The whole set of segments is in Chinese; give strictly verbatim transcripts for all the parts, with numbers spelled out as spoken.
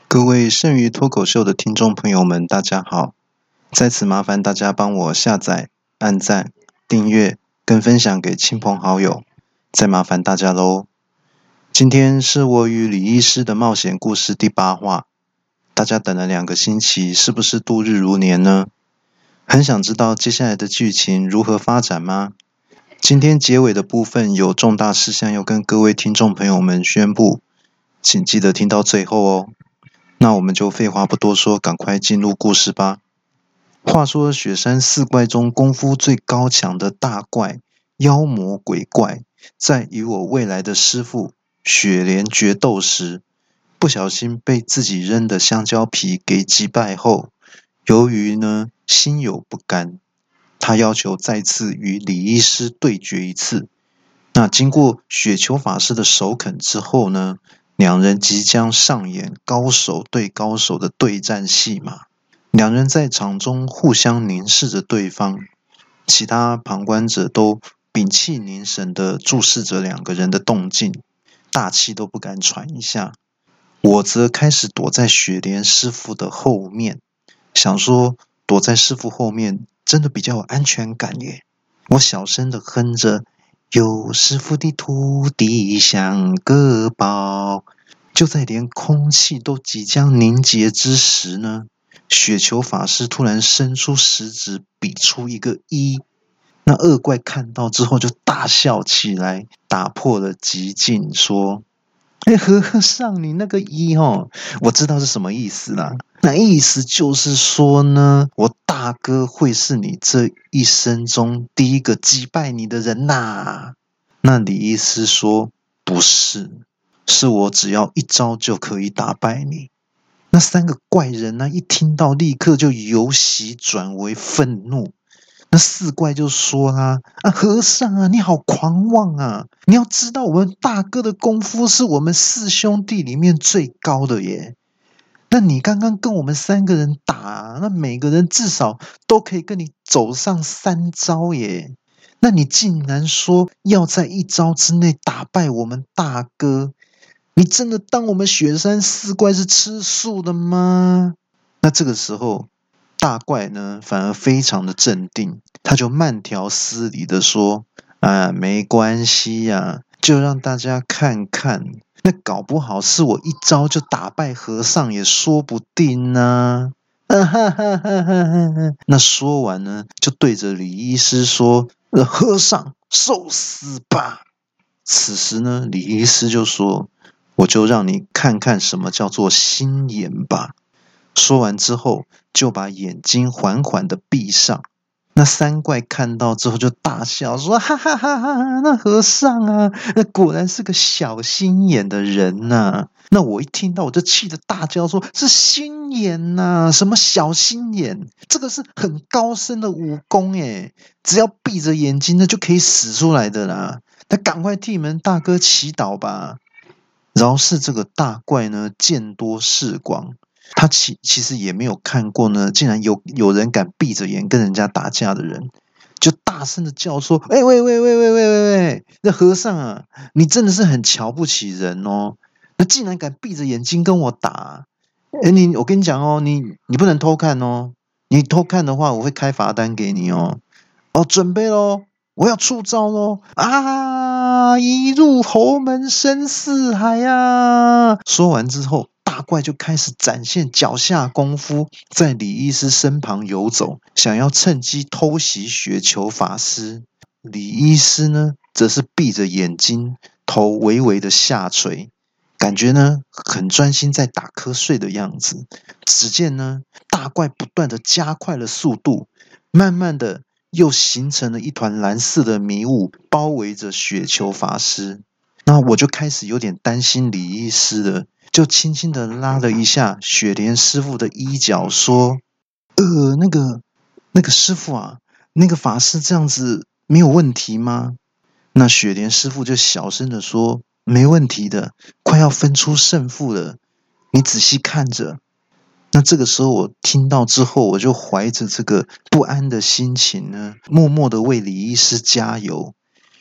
各位剩余脱口秀的听众朋友们，大家好！在此麻烦大家帮我下载、按赞、订阅跟分享给亲朋好友，再麻烦大家喽。今天是我与李医师的冒险故事第八话，大家等了两个星期，是不是度日如年呢？很想知道接下来的剧情如何发展吗？今天结尾的部分有重大事项要跟各位听众朋友们宣布，请记得听到最后哦。那我们就废话不多说，赶快进入故事吧。话说雪山四怪中功夫最高强的大怪妖魔鬼怪，在与我未来的师父雪莲决斗时，不小心被自己扔的香蕉皮给击败后，由于呢心有不甘，他要求再次与李医师对决一次。那经过雪球法师的首肯之后呢，两人即将上演高手对高手的对战戏码。两人在场中互相凝视着对方，其他旁观者都屏气凝神地注视着两个人的动静，大气都不敢喘一下。我则开始躲在雪莲师傅的后面，想说躲在师傅后面真的比较有安全感耶。我小声地哼着有师傅的徒弟像个宝，就在连空气都即将凝结之时呢，雪球法师突然伸出食指比出一个一，那恶怪看到之后就大笑起来，打破了寂静说：哎，和尚你那个一哦，我知道是什么意思啦。那意思就是说呢，我大哥会是你这一生中第一个击败你的人呐。那李医师说不是，是我只要一招就可以打败你。那三个怪人呢，一听到立刻就由喜转为愤怒。那四怪就说啦：啊，和尚啊，你好狂妄啊！你要知道，我们大哥的功夫是我们四兄弟里面最高的耶。那你刚刚跟我们三个人打啊，那每个人至少都可以跟你走上三招耶。那你竟然说要在一招之内打败我们大哥，你真的当我们雪山四怪是吃素的吗？那这个时候大怪呢反而非常的镇定，他就慢条斯理的说：啊，没关系呀、啊，就让大家看看，那搞不好是我一招就打败和尚也说不定呢、啊。啊哈哈哈哈哈！那说完呢，就对着李医师说：呃，和尚受死吧！此时呢，李医师就说：我就让你看看什么叫做心眼吧。说完之后，就把眼睛缓缓的闭上。那三怪看到之后就大笑说：哈哈哈哈！那和尚啊，那果然是个小心眼的人呐、啊！那我一听到我就气得大叫说：是心眼呐、啊！什么小心眼？这个是很高深的武功耶，只要闭着眼睛呢就可以使出来的啦。那赶快替你们大哥祈祷吧！饶是这个大怪呢，见多识广。他其其实也没有看过呢，竟然有有人敢闭着眼跟人家打架的人，就大声的叫说：哎，喂喂喂喂喂喂喂，那和尚啊，你真的是很瞧不起人哦，那竟然敢闭着眼睛跟我打。哎，你我跟你讲哦，你你不能偷看哦，你偷看的话我会开罚单给你哦。哦，准备咯，我要出招咯！啊，一入侯门深似海啊！说完之后，大怪就开始展现脚下功夫，在李医师身旁游走，想要趁机偷袭雪球法师。李医师呢，则是闭着眼睛，头微微的下垂，感觉呢很专心在打瞌睡的样子。只见呢，大怪不断的加快了速度，慢慢的又形成了一团蓝色的迷雾，包围着雪球法师。那我就开始有点担心李医师了，就轻轻的拉了一下雪莲师傅的衣角，说：呃，那个那个师傅啊，那个法师这样子没有问题吗？那雪莲师傅就小声的说：没问题的，快要分出胜负了，你仔细看着。那这个时候我听到之后，我就怀着这个不安的心情呢，默默的为李医师加油。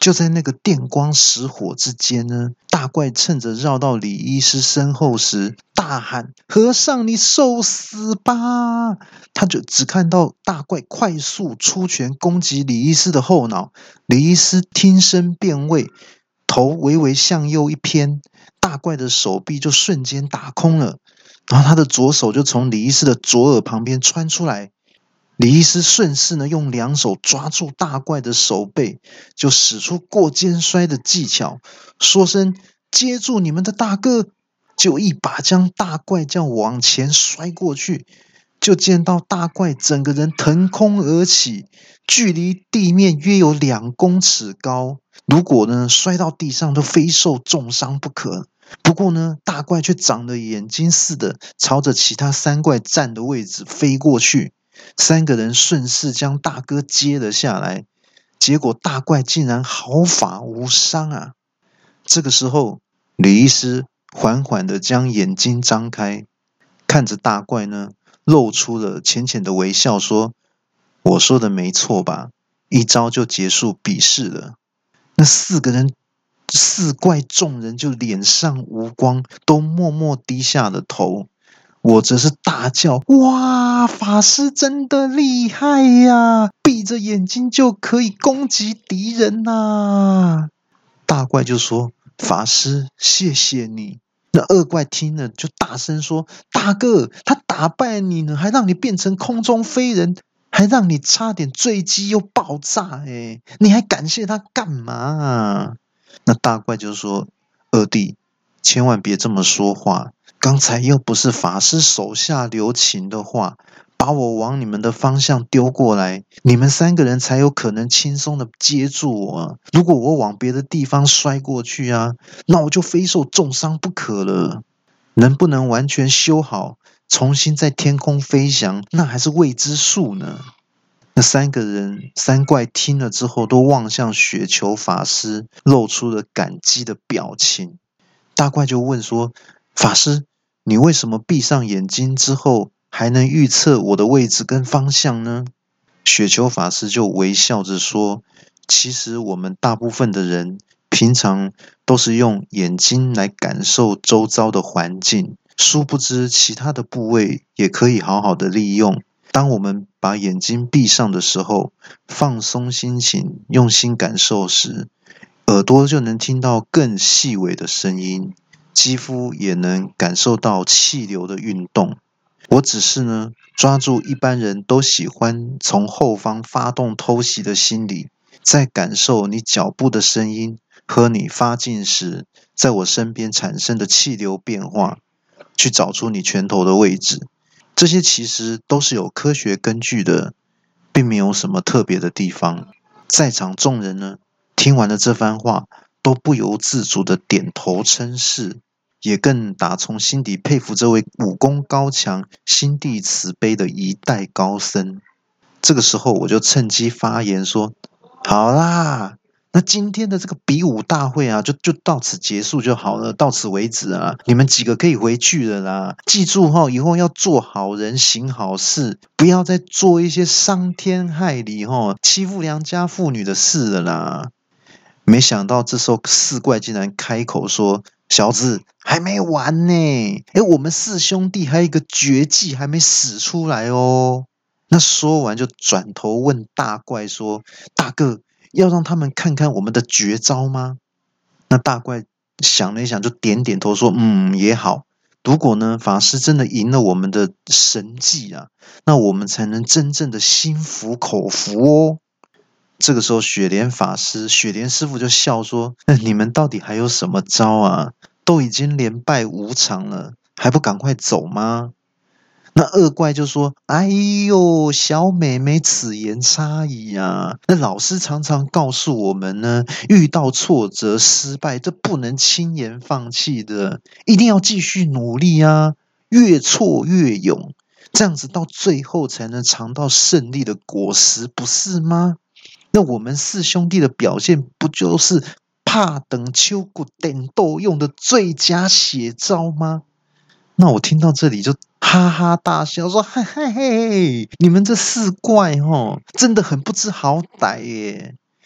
就在那个电光石火之间呢，大怪趁着绕到李医师身后时，大喊：和尚你受死吧！他就只看到大怪快速出拳攻击李医师的后脑，李医师听声辨位，头微微向右一偏，大怪的手臂就瞬间打空了，然后他的左手就从李医师的左耳旁边穿出来，李医师顺势呢用两手抓住大怪的手背，就使出过肩摔的技巧，说声接住你们的大哥，就一把将大怪这样往前摔过去，就见到大怪整个人腾空而起，距离地面约有两公尺高，如果呢摔到地上都非受重伤不可。不过呢，大怪却长了眼睛似的朝着其他三怪站的位置飞过去，三个人顺势将大哥接了下来，结果大怪竟然毫发无伤啊！这个时候，李医师缓缓的将眼睛张开，看着大怪呢，露出了浅浅的微笑，说：“我说的没错吧？一招就结束比试了。”那四个人，四怪众人就脸上无光，都默默低下了头。我则是大叫：“哇，法师真的厉害呀！闭着眼睛就可以攻击敌人啊！”大怪就说：“法师，谢谢你。”那二怪听了就大声说：“大哥，他打败你呢，还让你变成空中飞人，还让你差点坠机又爆炸，哎，你还感谢他干嘛啊？”那大怪就说：“二弟，千万别这么说话。刚才要不是法师手下留情的话，把我往你们的方向丢过来，你们三个人才有可能轻松的接住我啊。如果我往别的地方摔过去啊，那我就非受重伤不可了。能不能完全修好，重新在天空飞翔，那还是未知数呢。”那三个人三怪听了之后，都望向雪球法师，露出了感激的表情。大怪就问说：“法师，你为什么闭上眼睛之后还能预测我的位置跟方向呢？”雪球法师就微笑着说：“其实我们大部分的人平常都是用眼睛来感受周遭的环境，殊不知其他的部位也可以好好的利用。当我们把眼睛闭上的时候，放松心情，用心感受时，耳朵就能听到更细微的声音，肌肤也能感受到气流的运动。我只是呢，抓住一般人都喜欢从后方发动偷袭的心理，在感受你脚步的声音和你发劲时，在我身边产生的气流变化，去找出你拳头的位置。这些其实都是有科学根据的，并没有什么特别的地方。”在场众人呢，听完了这番话，都不由自主的点头称是，也更打从心底佩服这位武功高强、心地慈悲的一代高僧。这个时候，我就趁机发言说：“好啦，那今天的这个比武大会啊，就就到此结束就好了，到此为止啊！你们几个可以回去了啦。记住哈、哦，以后要做好人、行好事，不要再做一些伤天害理、哈欺负良家妇女的事了啦。”没想到这时候四怪竟然开口说：“小子，还没完呢！诶，我们四兄弟还有一个绝技还没使出来哦。”那说完就转头问大怪说：“大哥，要让他们看看我们的绝招吗？”那大怪想了一想，就点点头说：“嗯，也好。如果呢，法师真的赢了我们的神技啊，那我们才能真正的心服口服哦。”这个时候，雪莲法师、雪莲师傅就笑说：“你们到底还有什么招啊？都已经连败五场了，还不赶快走吗？”那二怪就说：“哎呦，小妹妹此言差矣啊！那老师常常告诉我们呢，遇到挫折、失败，这不能轻言放弃的，一定要继续努力啊，越挫越勇，这样子到最后才能尝到胜利的果实，不是吗？那我们四兄弟的表现，不就是怕等秋骨点斗用的最佳写照吗？”那我听到这里就哈哈大笑，说：“嘿嘿嘿，你们这四怪哦，真的很不知好歹耶！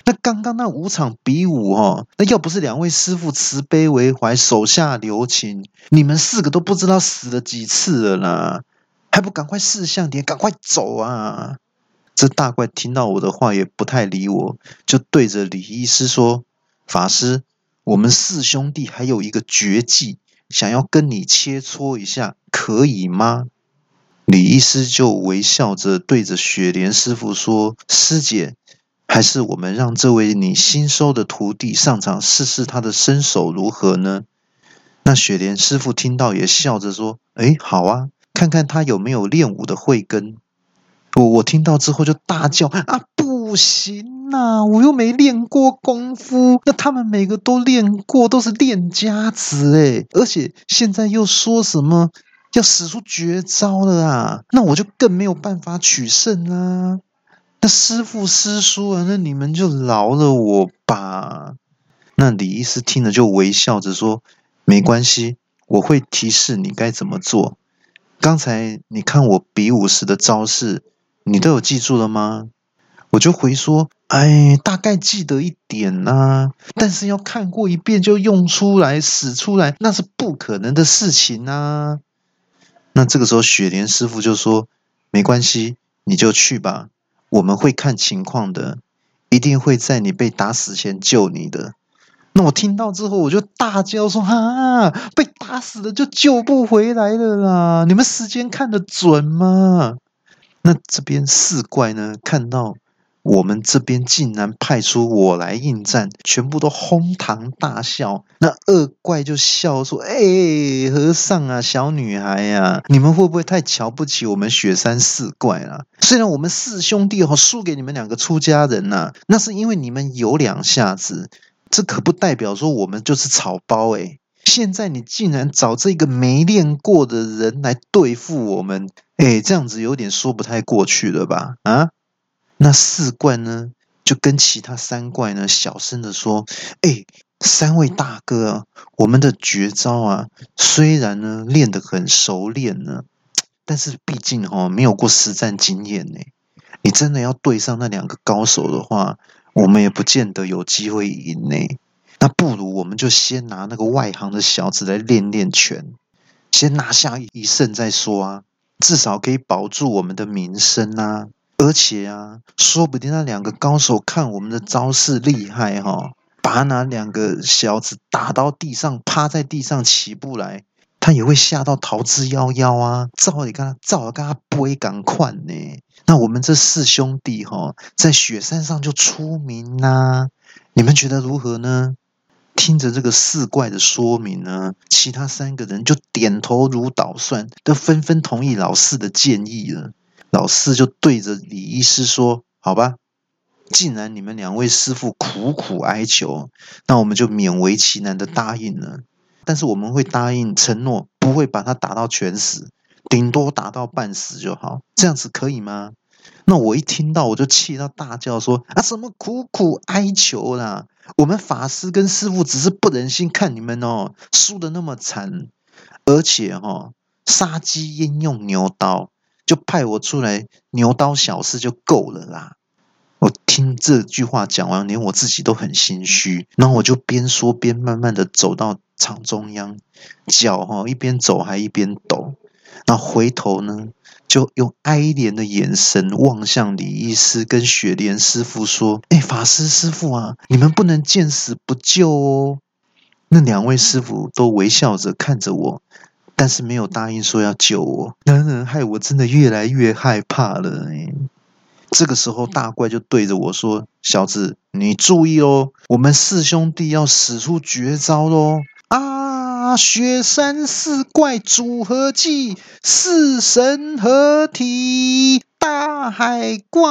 那刚刚那五场比武哦，那要不是两位师父慈悲为怀，手下留情，你们四个都不知道死了几次了啦，还不赶快识相点，赶快走啊！这大怪听到我的话也不太理我，就对着李医师说：“法师，我们四兄弟还有一个绝技，想要跟你切磋一下，可以吗？”李医师就微笑着对着雪莲师傅说：“师姐，还是我们让这位你新收的徒弟上场试试他的身手如何呢？”那雪莲师傅听到也笑着说：“哎，好啊，看看他有没有练武的慧根。”我我听到之后就大叫：“啊，不行啊，我又没练过功夫，那他们每个都练过，都是练家子诶，而且现在又说什么要使出绝招了啊，那我就更没有办法取胜啦。那师父师叔啊，那你们就饶了我吧。”那李医师听了就微笑着说：“没关系，我会提示你该怎么做。刚才你看我比武时的招式，你都有记住了吗？”我就回说：“哎，大概记得一点啊，但是要看过一遍就用出来使出来，那是不可能的事情啊。”那这个时候雪莲师傅就说：“没关系，你就去吧，我们会看情况的，一定会在你被打死前救你的。”那我听到之后，我就大叫说：“哈，被打死了就救不回来了啦！你们时间看得准吗？”那这边四怪呢，看到我们这边竟然派出我来应战，全部都哄堂大笑。那二怪就笑说：“哎、欸，和尚啊，小女孩啊，你们会不会太瞧不起我们雪山四怪啦？虽然我们四兄弟哦输给你们两个出家人呐、啊，那是因为你们有两下子。这可不代表说我们就是草包诶，现在你竟然找这个没练过的人来对付我们，诶，这样子有点说不太过去了吧？啊？”那四怪呢，就跟其他三怪呢小声的说：“诶，三位大哥啊，我们的绝招啊，虽然呢练得很熟练呢，但是毕竟哦没有过实战经验呢。你真的要对上那两个高手的话，我们也不见得有机会赢呢。那不如我们就先拿那个外行的小子来练练拳，先拿下一胜再说啊，至少可以保住我们的名声啊。而且啊，说不定那两个高手看我们的招式厉害哈、哦，把那两个小子打到地上，趴在地上起不来，他也会吓到逃之夭夭啊！照理跟他，照了跟他不会赶快呢。那我们这四兄弟哈、哦，在雪山上就出名啦、啊，你们觉得如何呢？听着这个四怪的说明呢，其他三个人就点头如捣蒜，都纷纷同意老四的建议了。老四就对着李医师说：“好吧，既然你们两位师父苦苦哀求，那我们就勉为其难的答应了。但是我们会答应承诺，不会把他打到全死，顶多打到半死就好，这样子可以吗？”那我一听到我就气到大叫说：“啊，什么苦苦哀求啦！我们法师跟师父只是不忍心看你们哦输得那么惨，而且哦杀鸡焉用牛刀。”就派我出来牛刀小试就够了啦。我听这句话讲完，连我自己都很心虚。然后我就边说边慢慢的走到场中央，脚哈一边走还一边抖。然后回头呢，就用哀怜的眼神望向李医师跟雪莲师傅说：“哎，法师师傅啊，你们不能见死不救哦。”那两位师傅都微笑着看着我。但是没有答应说要救我，然而害我真的越来越害怕了、欸。这个时候，大怪就对着我说：“小子，你注意哦，我们四兄弟要使出绝招喽！啊，雪山四怪组合技，四神合体，大海怪！”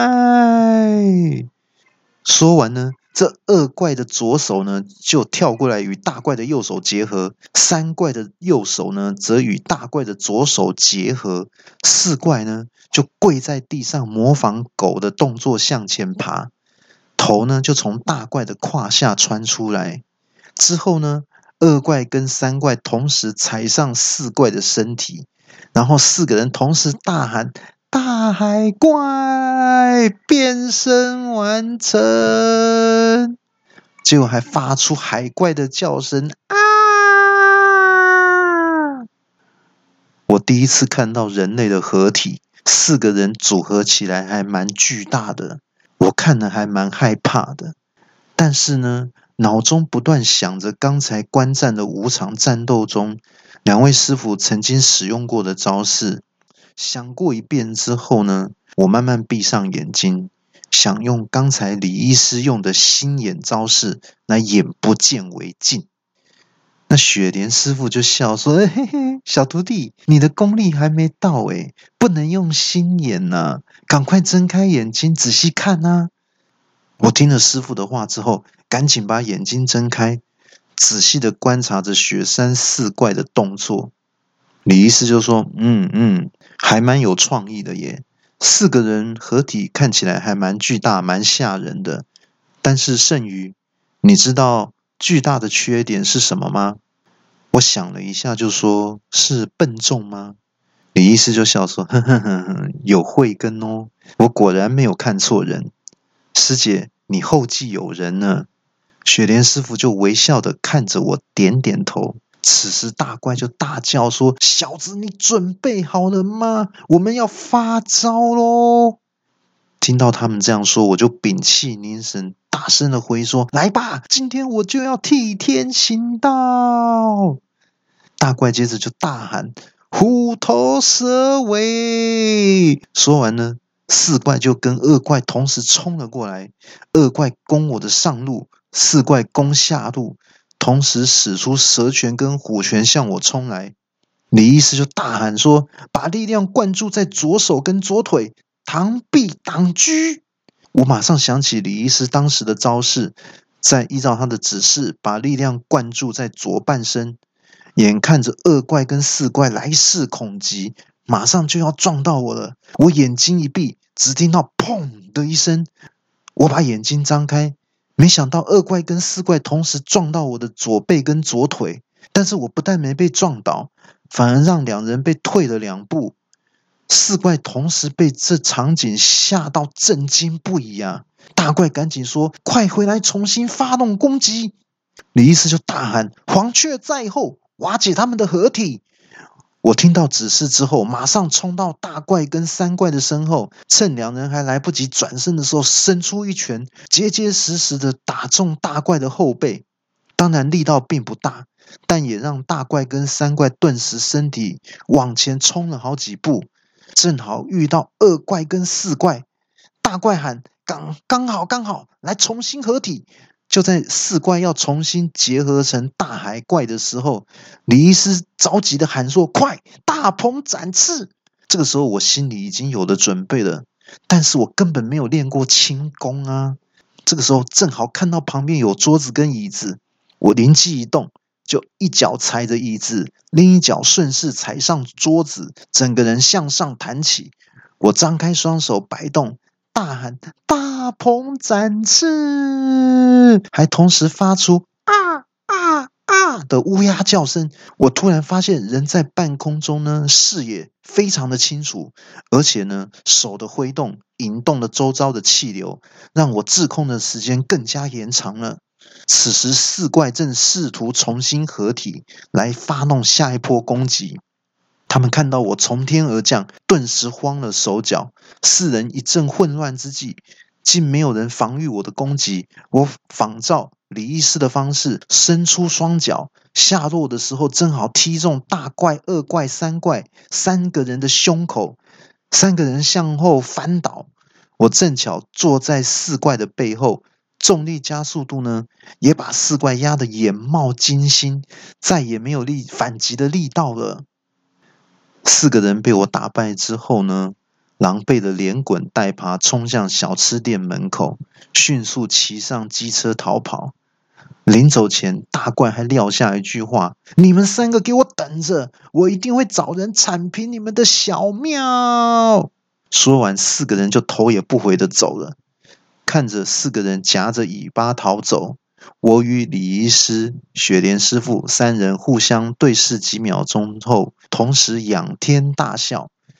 说完呢。这二怪的左手呢，就跳过来与大怪的右手结合；三怪的右手呢，则与大怪的左手结合；四怪呢，就跪在地上，模仿狗的动作向前爬，头呢就从大怪的胯下穿出来。之后呢，二怪跟三怪同时踩上四怪的身体，然后四个人同时大喊：“ 大海怪变身完成，结果还发出海怪的叫声啊！我第一次看到人类的合体，四个人组合起来还蛮巨大的，我看了还蛮害怕的。但是呢，脑中不断想着刚才观战的五场战斗中，两位师傅曾经使用过的招式。想过一遍之后呢，我慢慢闭上眼睛，想用刚才李医师用的心眼招式来眼不见为净。那雪莲师傅就笑说：“嘿嘿，小徒弟，你的功力还没到诶，不能用心眼啊，赶快睁开眼睛仔细看啊！”我听了师傅的话之后，赶紧把眼睛睁开，仔细的观察着雪山四怪的动作。李医师就说：“嗯嗯，还蛮有创意的耶，四个人合体看起来还蛮巨大，蛮吓人的。但是剩余，你知道巨大的缺点是什么吗？”我想了一下就说：“是笨重吗？”李医师就笑说：“呵呵呵呵，有慧根哦，我果然没有看错人。师姐，你后继有人呢。”雪莲师傅就微笑的看着我，点点头。此时大怪就大叫说：“小子，你准备好了吗？我们要发招咯！”听到他们这样说，我就屏气凝神，大声的回说：“来吧，今天我就要替天行道！”大怪接着就大喊：“虎头蛇尾！”说完呢，四怪就跟二怪同时冲了过来，二怪攻我的上路，四怪攻下路，同时使出蛇拳跟虎拳向我冲来。李医师就大喊说：“把力量灌注在左手跟左腿，螳臂挡车！”我马上想起李医师当时的招式，再依照他的指示，把力量灌注在左半身。眼看着二怪跟四怪来势恐急，马上就要撞到我了。我眼睛一闭，只听到砰的一声，我把眼睛张开，没想到二怪跟四怪同时撞到我的左背跟左腿，但是我不但没被撞倒，反而让两人被退了两步。四怪同时被这场景吓到震惊不已啊！大怪赶紧说：“快回来重新发动攻击！”李医师就大喊：“黄雀在后，瓦解他们的合体！”我听到指示之后，马上冲到大怪跟三怪的身后，趁两人还来不及转身的时候，伸出一拳，结结实实的打中大怪的后背。当然力道并不大，但也让大怪跟三怪顿时身体往前冲了好几步，正好遇到二怪跟四怪。大怪喊：“刚刚好刚好，来重新合体！”就在四怪要重新结合成大海怪的时候，李医师着急的喊说：“快，大鹏展翅！”这个时候我心里已经有了准备了，但是我根本没有练过轻功啊。这个时候正好看到旁边有桌子跟椅子，我灵机一动，就一脚踩着椅子，另一脚顺势踩上桌子，整个人向上弹起。我张开双手摆动，大喊：“大鹏展翅！”还同时发出啊啊啊的乌鸦叫声。我突然发现人在半空中呢，视野非常的清楚，而且呢，手的挥动引动了周遭的气流，让我滞空的时间更加延长了。此时四怪正试图重新合体，来发动下一波攻击。他们看到我从天而降，顿时慌了手脚。四人一阵混乱之际，竟没有人防御我的攻击。我仿照李医师的方式，伸出双脚，下落的时候正好踢中大怪、二怪、三怪三个人的胸口，三个人向后翻倒。我正巧坐在四怪的背后，重力加速度呢，也把四怪压得眼冒金星，再也没有力反击的力道了。四个人被我打败之后呢，狼狈的连滚带爬冲向小吃店门口，迅速骑上机车逃跑。临走前，大怪还撂下一句话：“你们三个给我等着，我一定会找人铲平你们的小庙。”说完，四个人就头也不回的走了。看着四个人夹着尾巴逃走，我与李医师、雪莲师傅三人互相对视几秒钟后，同时仰天大笑。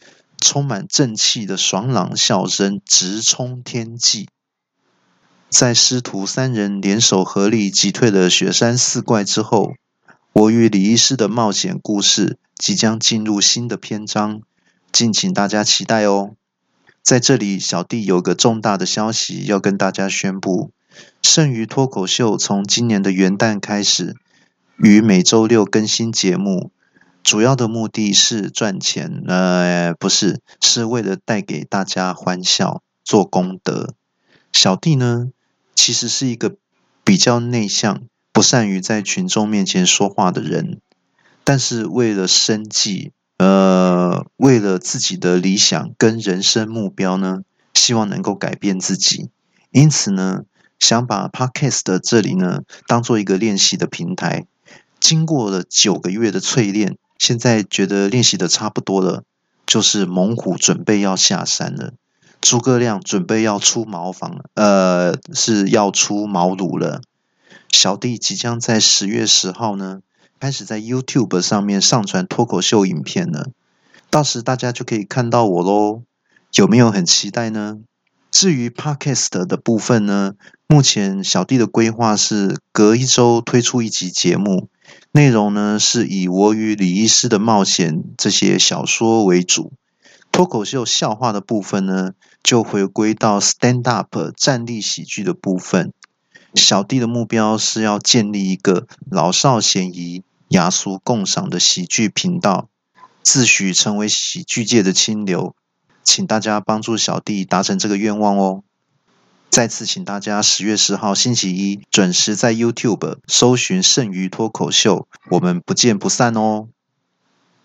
充满正气的爽朗笑声直冲天际。在师徒三人联手合力击退了雪山四怪之后，我与李医师的冒险故事即将进入新的篇章，敬请大家期待哦。在这里，小弟有个重大的消息要跟大家宣布，剩余脱口秀从今年的元旦开始，于每周六更新节目，主要的目的是赚钱，呃，不是，是为了带给大家欢笑，做功德。小弟呢，其实是一个比较内向、不善于在群众面前说话的人，但是为了生计，呃，为了自己的理想跟人生目标呢，希望能够改变自己，因此呢，想把 Podcast 这里呢当做一个练习的平台。经过了九个月的淬炼，现在觉得练习的差不多了，就是猛虎准备要下山了。诸葛亮准备要出茅房了，呃，是要出茅庐了。小弟即将在十月十号呢，开始在 YouTube 上面上传脱口秀影片了，到时大家就可以看到我咯，有没有很期待呢？至于 Podcast 的部分呢，目前小弟的规划是隔一周推出一集节目，内容呢是以我与李医师的冒险这些小说为主。脱口秀笑话的部分呢，就回归到 stand up 站立喜剧的部分。小弟的目标是要建立一个老少咸宜、雅俗共赏的喜剧频道，自诩成为喜剧界的清流，请大家帮助小弟达成这个愿望哦。再次请大家十月十号星期一准时在 YouTube 搜寻剩余脱口秀，我们不见不散哦。